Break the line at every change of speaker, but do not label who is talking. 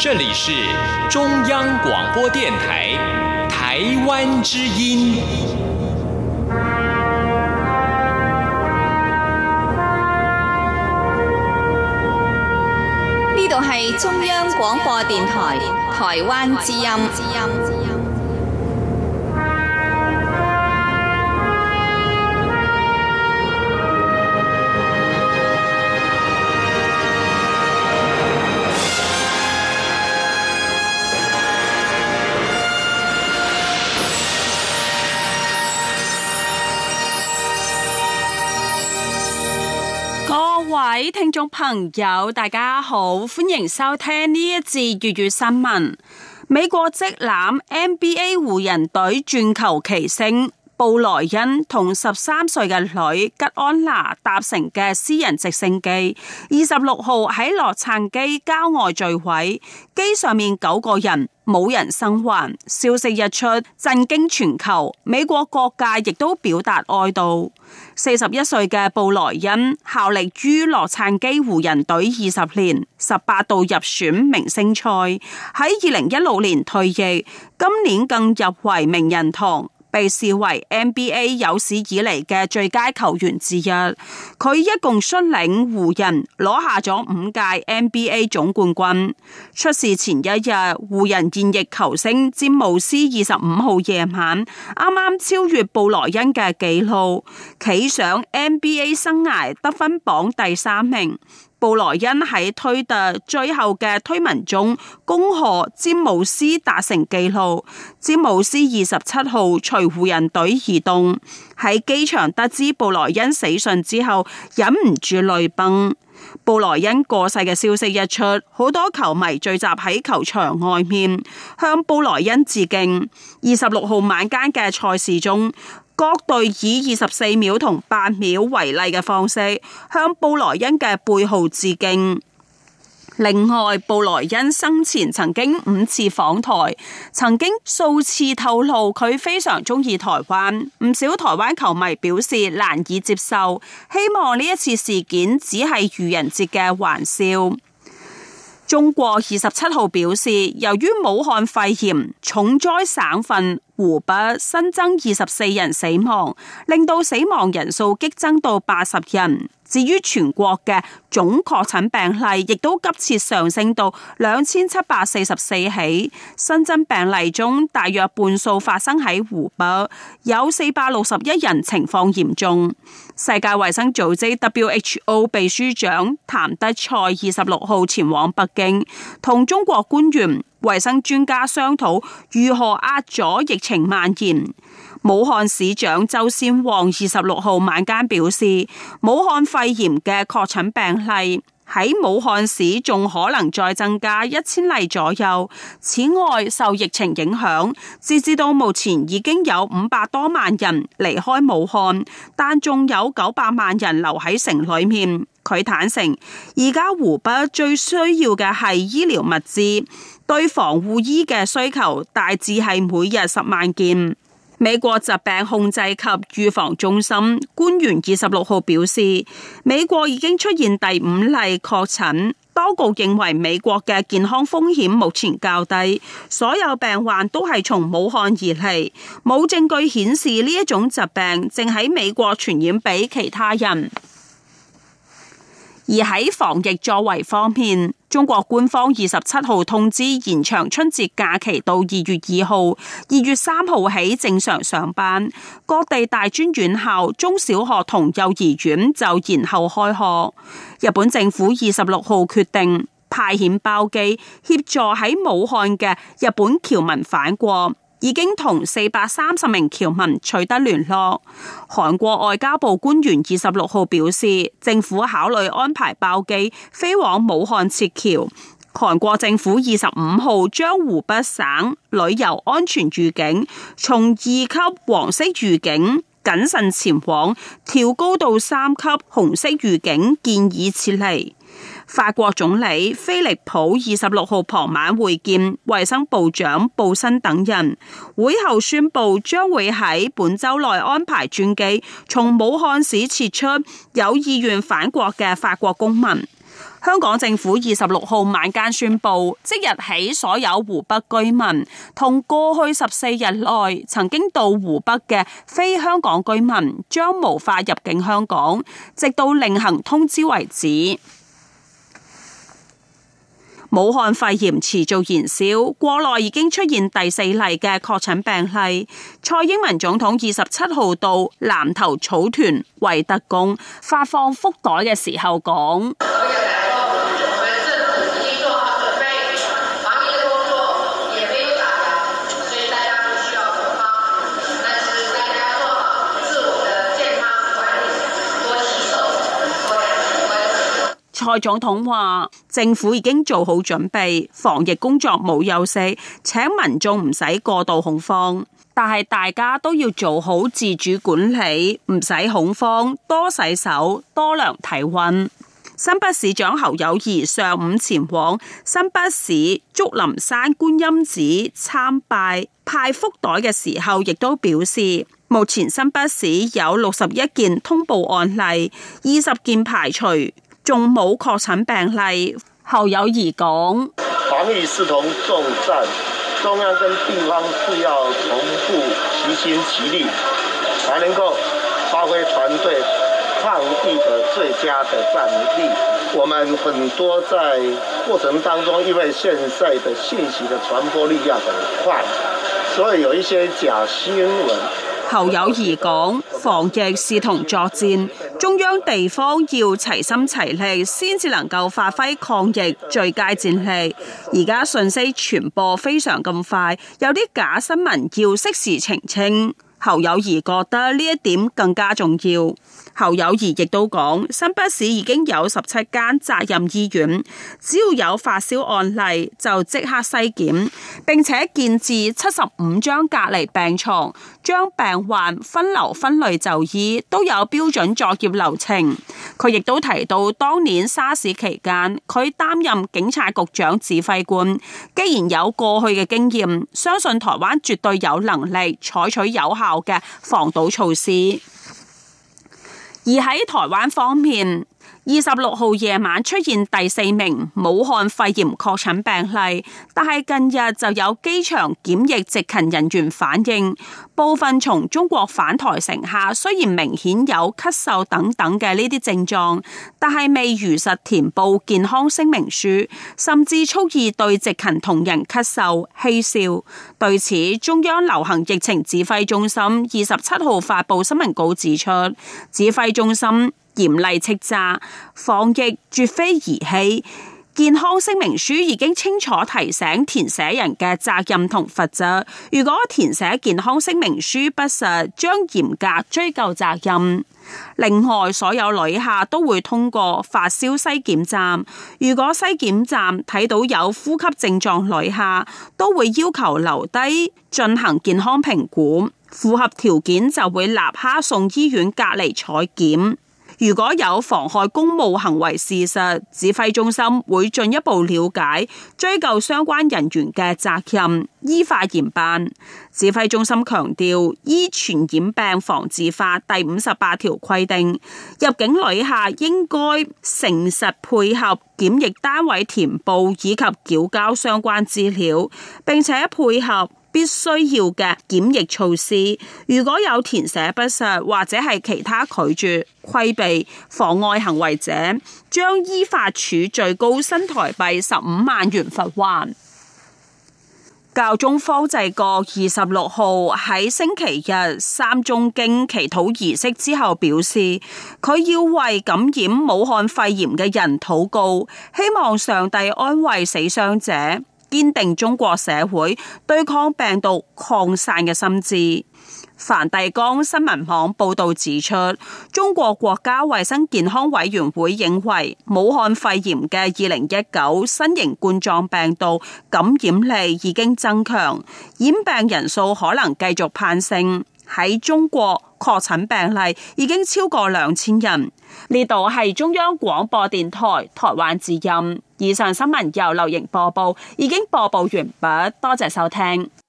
这里是中央广播电台台湾之音。
呢度係中央廣播電台台灣之音。
各位聽眾朋友，大家好，歡迎收聽呢一節粵語新聞。美國職籃 NBA 湖人隊傳球奇星布萊恩同13歲嘅女吉安娜搭乘嘅私人直升機26號喺洛杉磯郊外墜毀，機上面9個人冇人生還。消息一出，震驚全球，美國各界亦都表達哀悼。41歲嘅布萊恩效力於洛杉磯湖人隊20年，18度入選明星賽，喺2016年退役，今年更入圍名人堂，被視為 NBA 有史以嚟嘅最佳球員之一。佢一共率領湖人攞下咗5屆 NBA 總冠軍。出事前一日，湖人現役球星詹姆斯25號夜晚啱啱超越布萊恩嘅紀錄，企上 NBA 生涯得分榜第3名。布萊恩喺推特最後嘅推文中恭賀詹姆斯達成紀錄。詹姆斯27號隨湖人隊移動，喺機場得知布萊恩死訊之後，忍唔住淚崩。布萊恩過世嘅消息一出，好多球迷聚集喺球場外面向布萊恩致敬。26號晚間嘅賽事中，各隊以24秒同8秒為例嘅方式向布萊恩嘅背號致敬。另外，布萊恩生前曾經5次訪台，曾經數次透露佢非常中意台灣。唔少台灣球迷表示難以接受，希望呢一次事件只係愚人節嘅玩笑。中國27號表示，由於武漢肺炎，重災省份湖北新增24人死亡，令到死亡人數激增到80人。至於全國嘅總確診病例，亦都急切上升到2744起。新增病例中，大約半數發生喺湖北，有461人情況嚴重。世界衛生組織 WHO 秘書長譚德塞26號前往北京，同中國官員、衛生專家商討如何壓阻疫情蔓延。武漢市長周先旺26號晚間表示，武漢肺炎嘅確診病例喺武漢市仲可能再增加1000例左右。此外，受疫情影響，截至到目前已經有500多萬人離開武漢，但仲有900萬人留喺城裏面。佢坦承，而家湖北最需要嘅係醫療物資，對防護衣嘅需求大致係每日10萬件。美國疾病控制及預防中心官員26號表示，美國已經出現第5例確診，當局認為美國嘅健康風險目前較低，所有病患都係從武漢而嚟，冇證據顯示呢一種疾病正喺美國傳染俾其他人。而喺防疫作為方面，中國官方27號通知延長春節假期到2月2號，2月3號起正常上班。各地大專院校、中小學同幼兒園就延後開學。日本政府26號決定派遣包機協助喺武漢嘅日本僑民返國。已經同430名僑民取得聯絡。韓國外交部官員26號表示，政府考慮安排包機飛往武漢撤僑。韓國政府25號將湖北省旅遊安全預警從2級黃色預警謹慎前往調高到3級紅色預警，建議撤離。法國總理菲利普26號傍晚會見衛生部長布辛等人，會後宣布將會喺本週內安排專機從武漢市撤出有意願返國嘅法國公民。 香港政府26號晚間宣布，即日起所有湖北居民同過去14日內曾經到湖北嘅非香港居民將無法入境香港，直到另行通知為止。武漢肺炎持續燃燒，國內已經出現第4例嘅確診病例。蔡英文總統27號到南投草屯維特宮發放福袋嘅時候講：蔡總統話，政府已經做好準備，防疫工作冇休息，請民眾唔使過度恐慌，但係大家都要做好自主管理，唔使恐慌，多洗手，多量體溫。新北市長侯友宜上午前往新北市竹林山觀音寺參拜派福袋嘅時候，亦都表示，目前新北市有61件通報案例，20件排除，仲冇確診病例。侯友宜講：
防疫視同重戰，中央跟地方是要同步齊心齊力，才能夠發揮團隊抗疫的最佳的戰力。我們很多在過程當中，因為現在的信息的傳播力要很快，所以有一些假新聞。
侯友宜講：防疫視同作戰，中央地方要齊心齊力，先至能夠發揮抗疫最佳戰力。而家信息傳播非常咁快，有啲假新聞要適時澄清。侯友宜覺得呢一點更加重要。侯友宜亦都講，新北市已經有17間責任醫院，只要有發燒案例就即刻篩檢，並且建置75張隔離病床，將病患分流分類就醫，都有標準作業流程。佢亦都提到，當年沙士期間，佢擔任警察局長指揮官，既然有過去嘅經驗，相信台灣絕對有能力採取有效嘅防堵措施。而喺台灣方面，26號夜晚出現第4名武漢肺炎確診病例，但係近日就有機場檢疫值勤人員反映，部分從中國返台乘客雖然明顯有咳嗽等等嘅呢啲症狀，但係未如實填報健康聲明書，甚至蓄意對值勤同仁咳嗽嬉笑。對此，中央流行疫情指揮中心27號發布新聞稿指出，指揮中心嚴厲斥責，防疫絕非兒戲，健康聲明書已經清楚提醒填寫人嘅責任同罰則，如果填寫健康聲明書不實，將嚴格追究責任。另外，所有旅客都會通過發燒篩檢站，如果篩檢站睇到有呼吸症狀旅客，都會要求留低進行健康評估，符合條件就會立刻送醫院隔離採檢。如果有妨害公務行為事實，指揮中心會進一步了解，追究相關人員嘅責任，依法嚴辦。指揮中心強調，依傳染病防治法第58條規定，入境旅客應該誠實配合檢疫單位填報以及繳交相關資料，並且配合必須要嘅檢疫措施，如果有填寫不實或者係其他拒絕、規避、妨礙行為者，將依法處最高新台幣15萬元罰鍰。教宗方濟各26號喺星期日3中經祈禱儀式之後表示，佢要為感染武漢肺炎嘅人禱告，希望上帝安慰死傷者，堅定中國社會對抗病毒擴散嘅心志。梵蒂岡新聞網報道指出，中國國家衛生健康委員會認為，武漢肺炎嘅2019新型冠狀病毒感染力已經增強，染病人數可能繼續攀升。喺中國確診病例已經超過2000人。呢度係中央廣播電台台灣之音。以上新聞由劉瑩播報，已經播報完畢，多謝收聽。